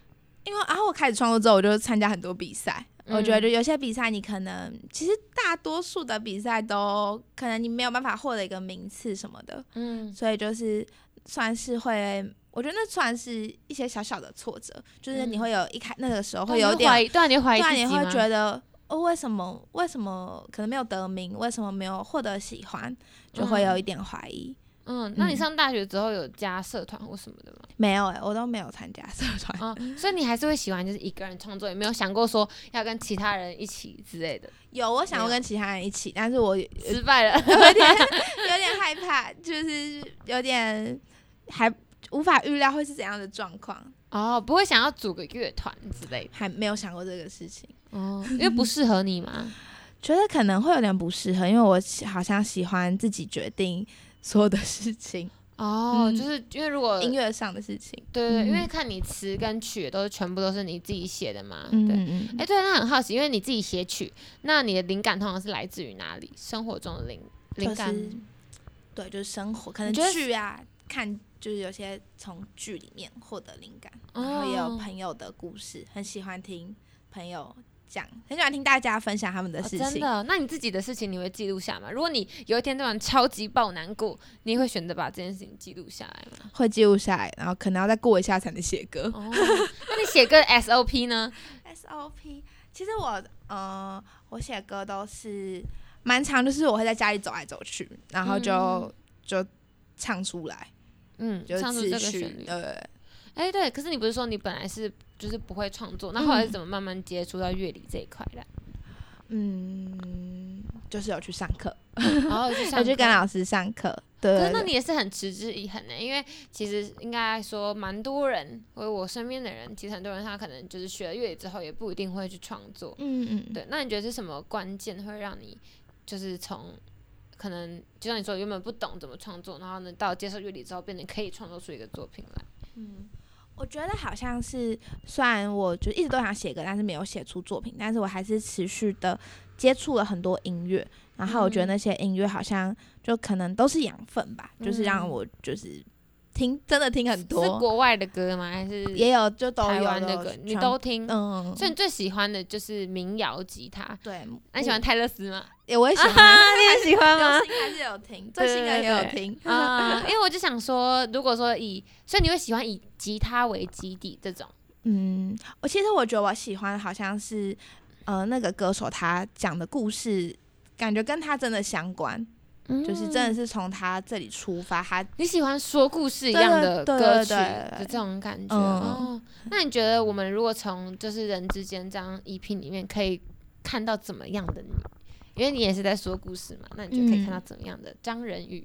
Speaker 4: 因为然后我开始创作之后，我就参加很多比赛。
Speaker 3: 嗯、
Speaker 4: 我觉得有些比赛你可能其实大多数的比赛都可能你没有办法获得一个名次什么的，嗯，所以就是算是会，我觉得那算是一些小小的挫折，就是你会有一开那个时候会有点
Speaker 3: 怀疑，对啊，你会怀疑自己吗？
Speaker 4: 对啊，你会觉得哦，为什么为什么可能没有得名，为什么没有获得喜欢，就会有一点怀疑。
Speaker 3: 嗯，那你上大学之后有加社团或什么的吗？
Speaker 4: 没有哎、欸，我都没有参加社团。
Speaker 3: 嗯，所以你还是会喜欢就是一个人创作，也没有想过说要跟其他人一起之类的。
Speaker 4: 有，我想过跟其他人一起，但是我
Speaker 3: 失败了，
Speaker 4: 有点有点害怕，就是有点还无法预料会是怎样的状况。
Speaker 3: 哦，不会想要组个乐团之类的，
Speaker 4: 还没有想过这个事情。
Speaker 3: 哦，因为不适合你嘛。
Speaker 4: 觉得可能会有点不适合，因为我好像喜欢自己决定所有的事情。
Speaker 3: 哦、嗯，就是因为如果
Speaker 4: 音乐上的事情，
Speaker 3: 对对、嗯，因为看你词跟曲都是全部都是你自己写的嘛，
Speaker 4: 嗯、
Speaker 3: 对，哎、
Speaker 4: 嗯
Speaker 3: 欸，对，那很好奇，因为你自己写曲，那你的灵感通常是来自于哪里？生活中的灵灵感、
Speaker 4: 就是，对，就是生活，可能剧啊，看就是有些从剧里面获得灵感、哦，然后也有朋友的故事，很喜欢听朋友讲，很喜欢听大家分享他们的事情。
Speaker 3: 哦、真的？那你自己的事情你会记录下吗？如果你有一天突然超级爆难过，你会选择把这件事情记录下来吗？
Speaker 4: 会记录下来，然后可能要再过一下才能写歌。
Speaker 3: 哦，那你写歌的 S O P 呢
Speaker 4: ？S O P 其实我呃，我写歌都是蛮长，就是我会在家里走来走去，然后就、嗯、就唱出来，
Speaker 3: 嗯，
Speaker 4: 就
Speaker 3: 唱出这个旋律。
Speaker 4: 对，
Speaker 3: 哎、欸，对，可是你不是说你本来是就是不会创作，那后来是怎么慢慢接触到乐理这一块的？
Speaker 4: 嗯，就是有去上课，
Speaker 3: 然后有去上课，
Speaker 4: 有去跟老师上课。对，
Speaker 3: 可是那你也是很持之以恒的，因为其实应该说蛮多人，或者我身边的人，其实很多人他可能就是学了乐理之后，也不一定会去创作。嗯嗯，对。那你觉得是什么关键会让你就是从可能就像你说原本不懂怎么创作，然后呢到接受乐理之后，变成可以创作出一个作品来？
Speaker 4: 嗯。我觉得好像是，虽然我就一直都想写歌，但是没有写出作品，但是我还是持续的接触了很多音乐，然后我觉得那些音乐好像就可能都是养分吧，嗯、就是让我就是听真的听很多。
Speaker 3: 是国外的歌吗？还是
Speaker 4: 也有就都有
Speaker 3: 台湾的歌，你都听？
Speaker 4: 嗯，
Speaker 3: 所以你最喜欢的就是民谣吉他。
Speaker 4: 对，
Speaker 3: 那你喜欢泰勒斯吗？
Speaker 4: 欸、我也喜欢，
Speaker 3: 啊、你也喜欢吗？
Speaker 4: 最新还是有听，最新的也有听
Speaker 3: 啊、嗯。因为我就想说，如果说以，所以你会喜欢以吉他为基底这种？
Speaker 4: 嗯，我其实我觉得我喜欢好像是，呃，那个歌手他讲的故事，感觉跟他真的相关。嗯、就是真的是从他这里出发，他
Speaker 3: 你喜欢说故事一样的歌曲的这种感觉、嗯、哦。那你觉得我们如果从就是人之间这样 E P 里面可以看到怎么样的你？因为你也是在说故事嘛，那你觉得可以看到怎么样的张仁宇？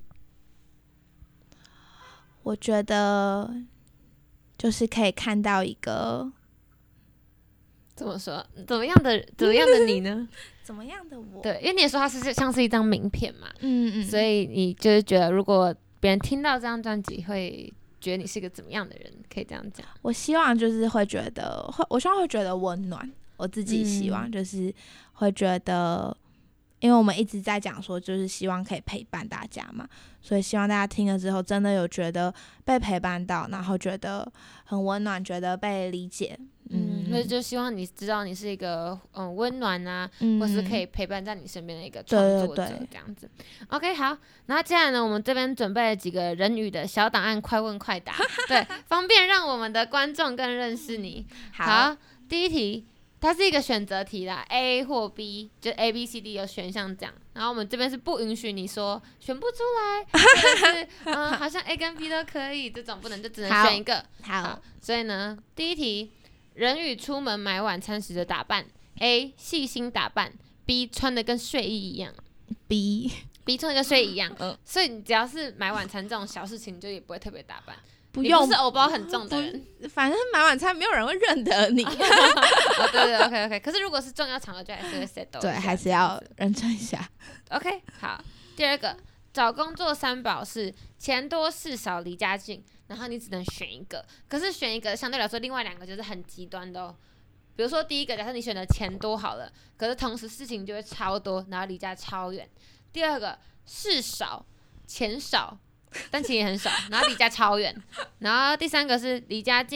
Speaker 4: 我觉得就是可以看到一个
Speaker 3: 怎么说怎么样的怎么样的你呢？
Speaker 4: 怎么样的我？
Speaker 3: 对，因为你也说它是像是一张名片嘛，
Speaker 4: 嗯嗯，
Speaker 3: 所以你就是觉得如果别人听到这张专辑，会觉得你是一个怎么样的人？可以这样讲。
Speaker 4: 我希望就是会觉得，会我希望会觉得温暖。我自己希望就是会觉得，嗯、因为我们一直在讲说，就是希望可以陪伴大家嘛，所以希望大家听了之后，真的有觉得被陪伴到，然后觉得很温暖，觉得被理解。
Speaker 3: 嗯，所以就希望你知道你是一个嗯温暖啊、嗯，或是可以陪伴在你身边的一个创作者这样子。對對對 OK， 好，然后接下来呢，我们这边准备了几个人语的小档案，快问快答，对，方便让我们的观众更认识你。好，好，第一题，它是一个选择题啦 ，A 或 B， 就 A B C D 有选项这样。然后我们这边是不允许你说选不出来，或者是嗯好像 A 跟 B 都可以，这种不能，就只能选一个。
Speaker 4: 好，
Speaker 3: 好，所以呢，第一题。人与出门买晚餐时的打扮 ：A. 细心打扮 ，B. 穿的跟睡衣一样
Speaker 4: ，B.
Speaker 3: B 穿的跟睡衣一样。嗯，所以你只要是买晚餐这种小事情，你就也不会特别打扮。
Speaker 4: 不用，
Speaker 3: 你不是偶包很重的人，
Speaker 4: 反正买晚餐没有人会认得你。
Speaker 3: 哦，对对 ，OK OK。可是如果是重要场合，就还是会 settle。
Speaker 4: 对，还是要认真一下。
Speaker 3: OK， 好。第二个，找工作三宝是钱多事少离家近。然后你只能选一个，可是选一个相对来说，另外两个就是很极端的哦。比如说第一个，假设你选的钱多好了，可是同时事情就会超多，然后离家超远。第二个，事少钱少，但钱也很少，然后离家超远。然后第三个是离家近，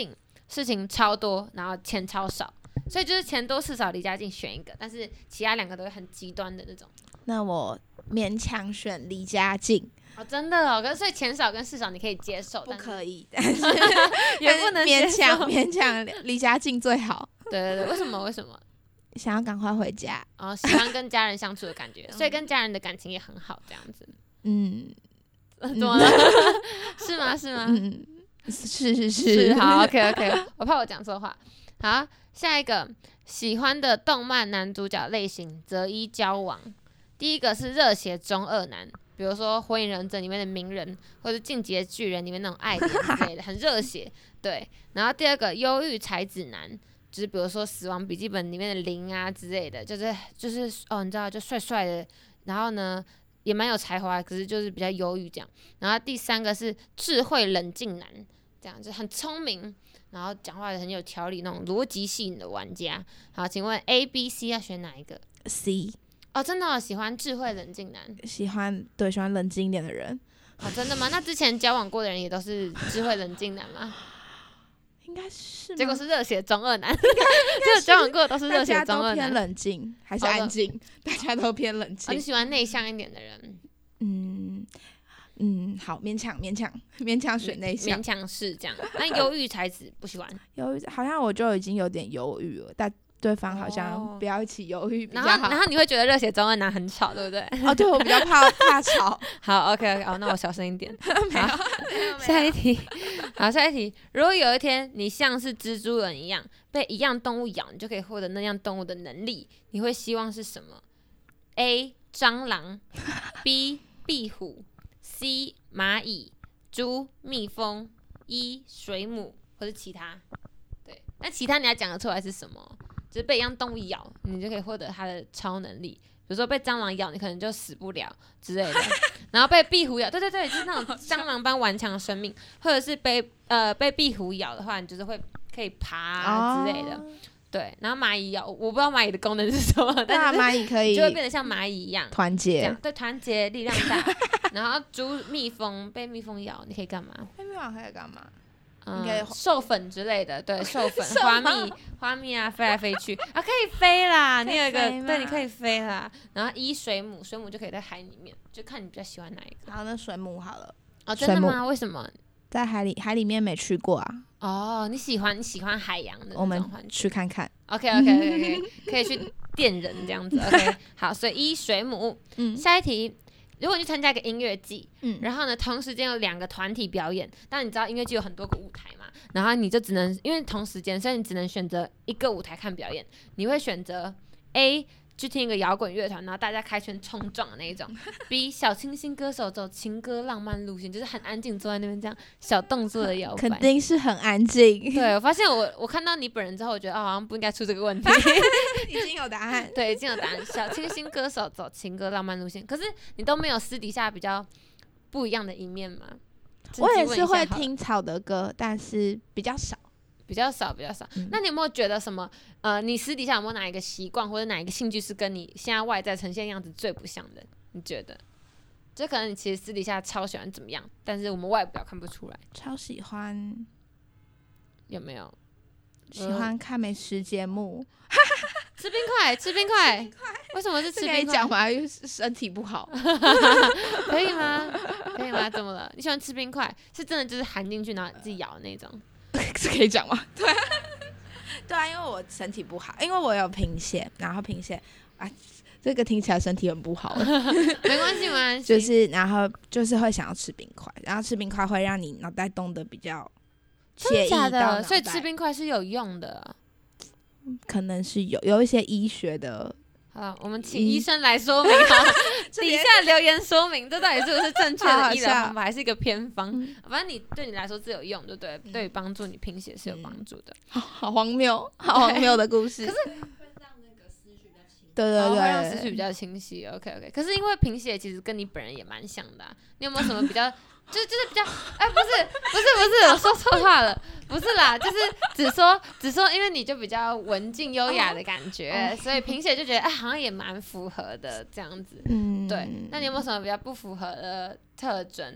Speaker 3: 事情超多，然后钱超少，所以就是钱多事少离家近选一个，但是其他两个都会很极端的那种。
Speaker 4: 那我勉强选离家近。
Speaker 3: 哦，真的哦，可是所以钱少跟事少你可以接受，
Speaker 4: 不可
Speaker 3: 以，
Speaker 4: 以，但是
Speaker 3: 也不能接
Speaker 4: 勉
Speaker 3: 受
Speaker 4: 强勉强离家近最好。
Speaker 3: 对对对，为什么？为什么？
Speaker 4: 想要赶快回家。
Speaker 3: 哦，喜欢跟家人相处的感觉，所以跟家人的感情也很好，这样子。
Speaker 4: 嗯，
Speaker 3: 怎么了？是吗？是吗？
Speaker 4: 嗯，是是是
Speaker 3: 是，好，OK OK，我怕我讲错话。好，下一个喜欢的动漫男主角类型择一交往。第一个是热血中二男，比如说《火影忍者》里面的鸣人，或者《进击的巨人》里面那种爱莲之类的，很热血。对，然后第二个忧郁才子男，就是比如说《死亡笔记本》里面的零啊之类的，就是就是哦，你知道，就帅帅的，然后呢也蛮有才华，可是就是比较忧郁这样。然后第三个是智慧冷静男，这样就很聪明，然后讲话也很有条理那种逻辑性的玩家。好，请问 A、B、C 要选哪一个
Speaker 4: C。
Speaker 3: 哦，真的、哦、喜欢智慧冷静男，
Speaker 4: 喜欢对喜欢冷静一点的人。
Speaker 3: 哦，真的吗？那之前交往过的人也都是智慧冷静男吗？
Speaker 4: 应该是吗，
Speaker 3: 结果是热血中二男，就交往过的都是热血中二男，
Speaker 4: 大家都偏冷静还是安静？大家都偏冷静。
Speaker 3: 哦，你喜欢内向一点的人？
Speaker 4: 嗯嗯，好，勉强勉强勉强选内向，
Speaker 3: 勉强是这样。那忧郁才子不喜欢？
Speaker 4: 忧郁好像我就已经有点忧郁了，但对方好像
Speaker 3: 哦
Speaker 4: 不要一起忧郁比较
Speaker 3: 然
Speaker 4: 好。
Speaker 3: 后然后你会觉得热血中二男很吵，对不对？
Speaker 4: 哦，对我比较怕怕吵。
Speaker 3: 好 ，OK OK，哦，那我小声一点。
Speaker 4: 没有
Speaker 3: 好，
Speaker 4: 没有
Speaker 3: 下一题，好，下一题。如果有一天你像是蜘蛛人一样被一样动物咬，你就可以获得那样动物的能力，你会希望是什么 ？A. 蟑螂 B. 壁虎 C. 蚂蚁猪蜜蜂 E. 水母或是其他。对，那其他你要讲得出来是什么？就是被一样动物咬，你就可以获得它的超能力。比如说被蟑螂咬，你可能就死不了之类的。然后被壁虎咬，对对对，就是那种蟑螂般顽强的生命，或者是被呃被壁虎咬的话，你就是会可以爬啊之类的。
Speaker 4: 哦
Speaker 3: 对，然后蚂蚁咬，我不知道蚂蚁的功能是什么，
Speaker 4: 对啊，
Speaker 3: 但是
Speaker 4: 蚂蚁可以
Speaker 3: 就会变得像蚂蚁一样
Speaker 4: 团
Speaker 3: 这样
Speaker 4: 结。
Speaker 3: 对，团结力量大。然后猪、蜜蜂被蜜蜂咬，你可以干嘛？
Speaker 4: 黑蜜网可以干嘛？
Speaker 3: 嗯
Speaker 4: 应该，
Speaker 3: 授粉之类的，对，授粉、
Speaker 4: 什么
Speaker 3: 花蜜、花蜜啊，飞来飞去啊，可以飞啦。你有一个
Speaker 4: 可以飞吗
Speaker 3: 对，你可以飞啦。然后一水母，水母就可以在海里面，就看你比较喜欢哪一个。
Speaker 4: 然后那水母好了，
Speaker 3: 哦，真的
Speaker 4: 水母
Speaker 3: 吗？为什么？
Speaker 4: 在海里海里面没去过啊，
Speaker 3: 哦，你喜欢你喜欢海洋的
Speaker 4: 我们
Speaker 3: 那种环境。
Speaker 4: 去看看。
Speaker 3: OK OK OK OK，可以去电人这样子。OK， 好，所以一水母。
Speaker 4: 嗯
Speaker 3: 下一题，如果你去参加一个音乐季，
Speaker 4: 嗯，
Speaker 3: 然后呢，同时间有两个团体表演，但你知道音乐季有很多个舞台嘛，然后你就只能因为同时间，所以你只能选择一个舞台看表演。你会选择 A 去听一个摇滚乐团，然后大家开圈冲撞的那一种；B 小清新歌手走情歌浪漫路线，就是很安静坐在那边这样小动作的摇摆。
Speaker 4: 肯定是很安静。
Speaker 3: 对，我发现我我看到你本人之后，我觉得哦，好像不应该出这个问题。
Speaker 4: 已经有答案。
Speaker 3: 对，已经有答案。小清新歌手走情歌浪漫路线，可是你都没有私底下比较不一样的一面吗？
Speaker 4: 我也是会
Speaker 3: 趁机问一下好了，
Speaker 4: 听草的歌，但是比较少。
Speaker 3: 比较少，比较少。
Speaker 4: 嗯
Speaker 3: 那你有没有觉得什么？呃，你私底下有没有哪一个习惯或者哪一个兴趣是跟你现在外在呈现样子最不像的？你觉得？就可能你其实私底下超喜欢怎么样，但是我们外表看不出来，
Speaker 4: 超喜欢
Speaker 3: 有没有？
Speaker 4: 喜欢看美食节目。
Speaker 3: 吃冰块，吃冰块，为什么是吃
Speaker 4: 这可以
Speaker 3: 冰块？
Speaker 4: 讲吗？因为身体不好。
Speaker 3: 可以吗？可以吗？怎么了？你喜欢吃冰块，是真的就是含进去然后自己咬的那种？
Speaker 4: 这可以讲吗？对啊，对啊，因为我身体不好，因为我有贫血，然后贫血啊，这个听起来身体很不好。
Speaker 3: 没关系，没关系。
Speaker 4: 就是然后就是会想要吃冰块，然后吃冰块会让你脑袋动得比较惬意
Speaker 3: 真的假
Speaker 4: 到脑
Speaker 3: 的？所以
Speaker 4: 袋
Speaker 3: 吃冰块是有用的。
Speaker 4: 可能是有有一些医学的。
Speaker 3: 好了，我们请
Speaker 4: 嗯
Speaker 3: 医生来说明好了，
Speaker 4: 这边
Speaker 3: 底下留言说明这到底是不是正确
Speaker 4: 好好
Speaker 3: 的医疗
Speaker 4: 笑
Speaker 3: 方法，还是一个偏方？
Speaker 4: 嗯
Speaker 3: 反正你对你来说是有用，对不对？对于帮助你贫血是有帮助的。
Speaker 4: 好好荒谬，好荒谬的故事。可是对对
Speaker 3: 哦会让
Speaker 4: 对，
Speaker 3: 思绪比较清晰。OK OK，可是因为贫血其实跟你本人也蛮像的、啊，你有没有什么比较？就就是比较，哎、不是不是不是，我说错话了，不是啦，就是只说只说，因为你就比较文静优雅的感觉，所以贫血就觉得哎、好像也蛮符合的这样子。
Speaker 4: 嗯，
Speaker 3: 对，那你有没有什么比较不符合的特征？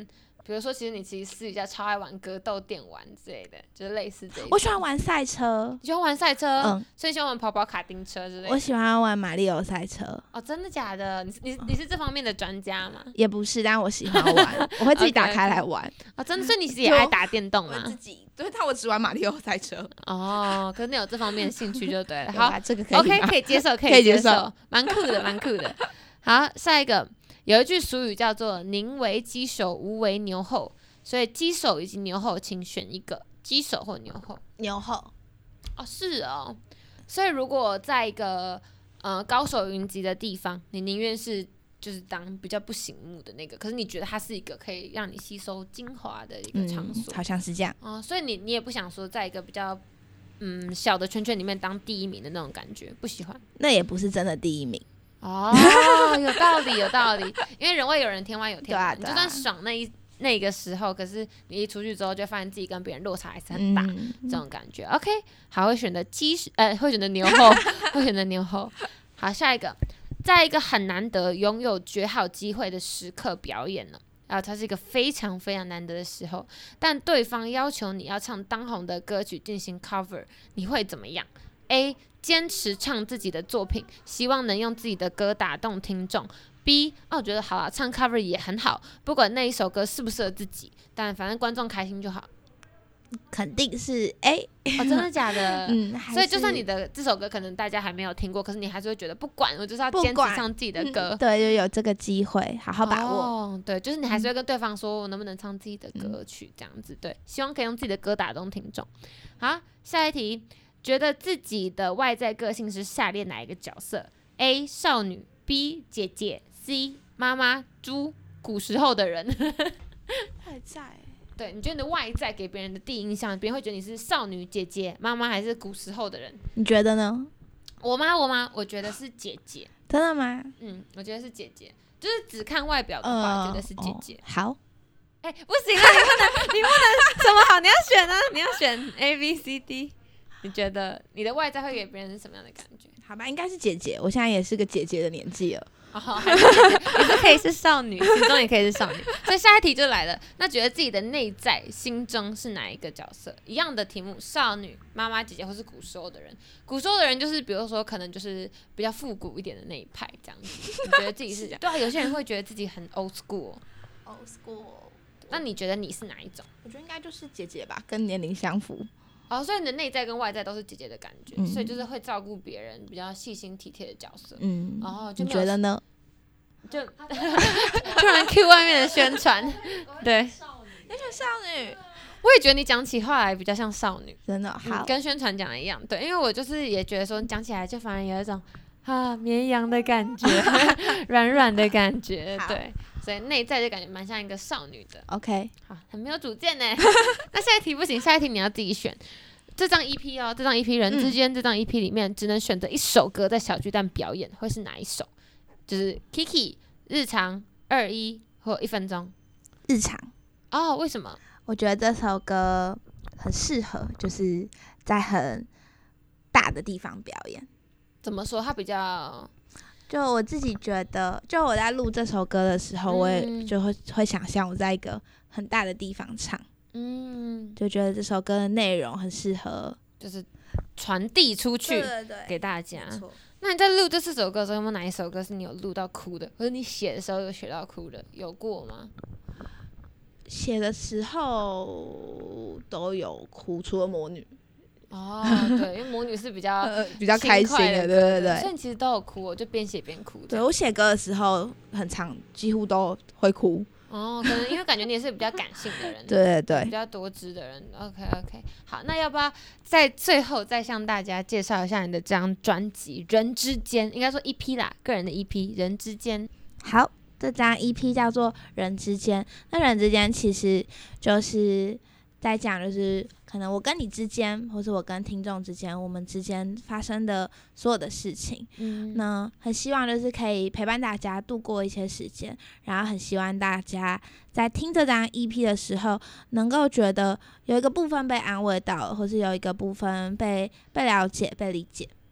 Speaker 3: 比如说，其实你其实私底下超爱玩格斗电玩之类的，就是类似这一种。
Speaker 4: 我喜欢玩赛车，
Speaker 3: 你喜欢玩赛车，
Speaker 4: 嗯，
Speaker 3: 所以你喜欢玩跑跑卡丁车之类的。
Speaker 4: 我喜欢玩马里奥赛车。
Speaker 3: 哦，真的假的？你你你是这方面的专家吗？
Speaker 4: 也不是，但我喜欢玩，我会自己打开来玩。
Speaker 3: 哦，真的，所以你自己也爱打电动吗？
Speaker 4: 我自己，对，但我只玩马里奥赛车。
Speaker 3: 哦，可是你有这方面的兴趣就对了。
Speaker 4: 好，
Speaker 3: 好，
Speaker 4: 这个可以
Speaker 3: ，OK， 可以接受，可
Speaker 4: 以接
Speaker 3: 以受，蛮酷的，蛮酷的。好，下一个有一句俗语叫做“宁为鸡首，无为牛后”。所以鸡首以及牛后，请选一个，鸡首或牛后。
Speaker 4: 牛后。
Speaker 3: 哦，是哦。所以如果在一个呃高手云集的地方，你宁愿是就是当比较不醒目的那个，可是你觉得它是一个可以让你吸收精华的一个场所，
Speaker 4: 嗯、好像是这样。
Speaker 3: 哦，所以你你也不想说在一个比较嗯小的圈圈里面当第一名的那种感觉，不喜欢。
Speaker 4: 那也不是真的第一名。
Speaker 3: 哦，有道理，有道理。因为人外有人，天外有天。对啊，对啊，你就算爽那一。那个时候，可是你一出去之后，就发现自己跟别人落差还是很大，嗯、这种感觉。OK， 好，会选择鸡，呃，会选择牛后，会选择牛后。好，下一个，在一个很难得拥有绝好机会的时刻表演了，然后它是一个非常非常难得的时候，但对方要求你要唱当红的歌曲进行 cover， 你会怎么样 ？A. 坚持唱自己的作品，希望能用自己的歌打动听众。B， 哦，我觉得好啊，唱 cover 也很好，不管那一首歌适不适合自己，但反正观众开心就好。
Speaker 4: 肯定是 A。
Speaker 3: 哦，真的假的？
Speaker 4: 嗯，
Speaker 3: 所以就算你的这首歌可能大家还没有听过，可是你还是会觉得不管，我就是要坚持唱自己的歌。
Speaker 4: 嗯、对，就有这个机会，好好把握。
Speaker 3: 哦，对，就是你还是会跟对方说，我能不能唱自己的歌曲，这样子。对，希望可以用自己的歌打动听众。好，下一题，觉得自己的外在个性是下列哪一个角色 ？A. 少女 B. 姐姐C 妈妈猪古时候的人。
Speaker 4: 外在，
Speaker 3: 对，你觉得你的外在给别人的第一印象，别人会觉得你是少女姐姐妈妈还是古时候的人？
Speaker 4: 你觉得呢？
Speaker 3: 我吗？我吗？我觉得是姐姐。
Speaker 4: 真的吗？
Speaker 3: 嗯，我觉得是姐姐，就是只看外表的话，呃、觉得是姐姐。
Speaker 4: 哦、好，
Speaker 3: 哎、欸，不行啊，你不能，你不能什么好？你要选啊，你要选 A B C D。你觉得你的外在会给别人是什么样的感觉？
Speaker 4: 好吧，应该是姐姐。我现在也是个姐姐的年纪了。
Speaker 3: 哦，还是姐姐，也是可以是少女，心中也可以是少女。所以下一题就来了，那觉得自己的内在心中是哪一个角色？一样的题目，少女、妈妈、姐姐，或是古时候的人。古时候的人就是，比如说可能就是比较复古一点的那一派这样子。你觉得自己是这样？对啊，有些人会觉得自己很 old school。old
Speaker 4: school。
Speaker 3: 那你觉得你是哪一种？
Speaker 4: 我觉得应该就是姐姐吧，跟年龄相符。
Speaker 3: 哦，所以你的内在跟外在都是姐姐的感觉，嗯、所以就是会照顾别人，比较细心体贴的角色。嗯，然后就
Speaker 4: 你觉得呢？
Speaker 3: 就突然 Q 外面的宣传，对，
Speaker 4: 你选少女，
Speaker 3: 我也觉得你讲起话来比较像少女，
Speaker 4: 真的好、
Speaker 3: 嗯，跟宣传讲的一样。对，因为我就是也觉得说讲起来就反而有一种啊绵羊的感觉，软软的感觉，对。所以内在就感觉蛮像一个少女的
Speaker 4: ，OK，
Speaker 3: 好，很没有主见呢。那下一题不行，下一题你要自己选。这张 E P 哦，这张 E P 人之间、嗯、这张 E P 里面只能选择一首歌在小巨蛋表演，会是哪一首？就是 Kiki 日常二一或一分钟。
Speaker 4: 日常
Speaker 3: 哦，为什么？
Speaker 4: 我觉得这首歌很适合，就是在很大的地方表演。
Speaker 3: 怎么说？它比较。
Speaker 4: 就我自己觉得，就我在录这首歌的时候，嗯、我也就会会想象我在一个很大的地方唱，嗯，就觉得这首歌的内容很适合，
Speaker 3: 就是传递出去，
Speaker 4: 对对对，
Speaker 3: 给大家。那你在录这四首歌的时候，有没有哪一首歌是你有录到哭的，或者你写的时候有写到哭的？有过吗？
Speaker 4: 写的时候都有哭，除了魔女。
Speaker 3: 哦，对，因为魔女是比较、
Speaker 4: 呃、比较开心的，对对对，
Speaker 3: 所以你其实都有哭，我就边写边哭。
Speaker 4: 对，我写歌的时候很常，几乎都会哭。
Speaker 3: 哦，可能因为感觉你也是比较感性的人，
Speaker 4: 对对对，
Speaker 3: 比较多汁的人。OK OK， 好，那要不要在最后再向大家介绍一下你的这张专辑《人之间》？应该说 E P 啦，个人的 E P《人之间》。
Speaker 4: 好，这张 E P 叫做《人之间》，那《人之间》其实就是在讲，就是可能我跟你之间，或是我跟听众之间，我们之间发生的所有的事情，嗯，那很希望就是可以陪伴大家度过一些时间，然后很希望大家在听这张 E P 的时候，能够觉得有一个部分被安慰到，或是有一个部分被被了解、被理解。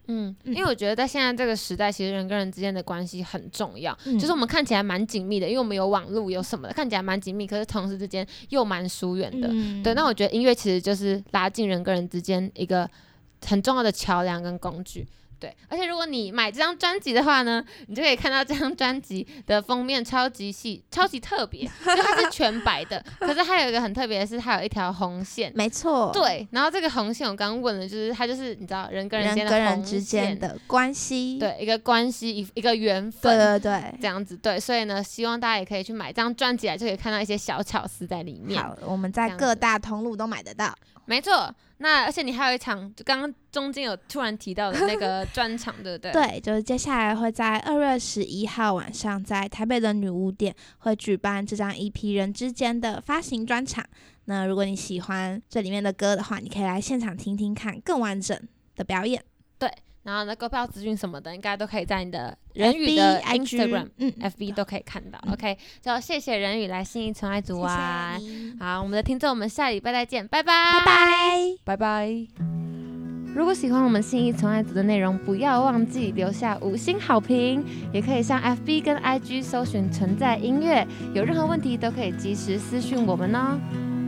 Speaker 3: 嗯，因为我觉得在现在这个时代，其实人跟人之间的关系很重要，
Speaker 4: 嗯
Speaker 3: 就是我们看起来蛮紧密的，因为我们有网络有什么的，看起来蛮紧密，可是同时之间又蛮疏远的。
Speaker 4: 嗯
Speaker 3: 对，那我觉得音乐其实就是拉近人跟人之间一个很重要的桥梁跟工具。对，而且如果你买这张专辑的话呢，你就可以看到这张专辑的封面超级细、超级特别，因为它是全白的，可是它有一个很特别的是，它有一条红线。
Speaker 4: 没错，
Speaker 3: 对，然后这个红线我刚刚问了，就是它就是你知道人跟人
Speaker 4: 人
Speaker 3: 间的红
Speaker 4: 跟人之间
Speaker 3: 线
Speaker 4: 的关系，
Speaker 3: 对，一个关系，一一个缘分，
Speaker 4: 对对对。
Speaker 3: 这样子。对，所以呢，希望大家也可以去买这张专辑来，就可以看到一些小巧思在里面。
Speaker 4: 好，我们在各大通路都买得到。
Speaker 3: 没错，那而且你还有一场，就刚刚中间有突然提到的那个专场，对不对？
Speaker 4: 对，就是接下来会在二月十一号晚上，在台北的女巫店会举办这张 E P《人之间》的发行专场。那如果你喜欢这里面的歌的话，你可以来现场听听看更完整的表演。
Speaker 3: 对，然后呢，购票资讯什么的，应该都可以在你的人语的 Instagram、
Speaker 4: 嗯
Speaker 3: F B 都可以看到。
Speaker 4: 嗯
Speaker 3: OK，就谢谢人语来信义纯爱组玩。
Speaker 4: 谢谢你，
Speaker 3: 好，我们的听众，我们下礼拜再见，拜拜，
Speaker 4: 拜拜。
Speaker 3: 拜拜。如果喜欢我们信义纯爱组的内容，不要忘记留下五星好评，也可以上 F B 跟 I G 搜寻存在音乐，有任何问题都可以及时私讯我们哦。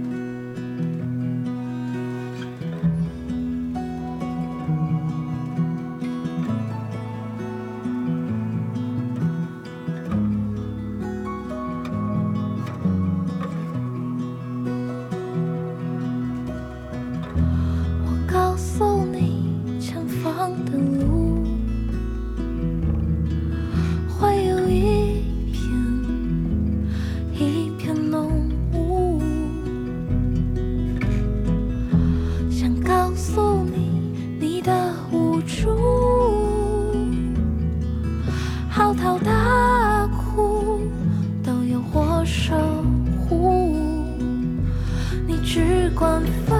Speaker 1: 嚎啕大哭都有我守护，你只管放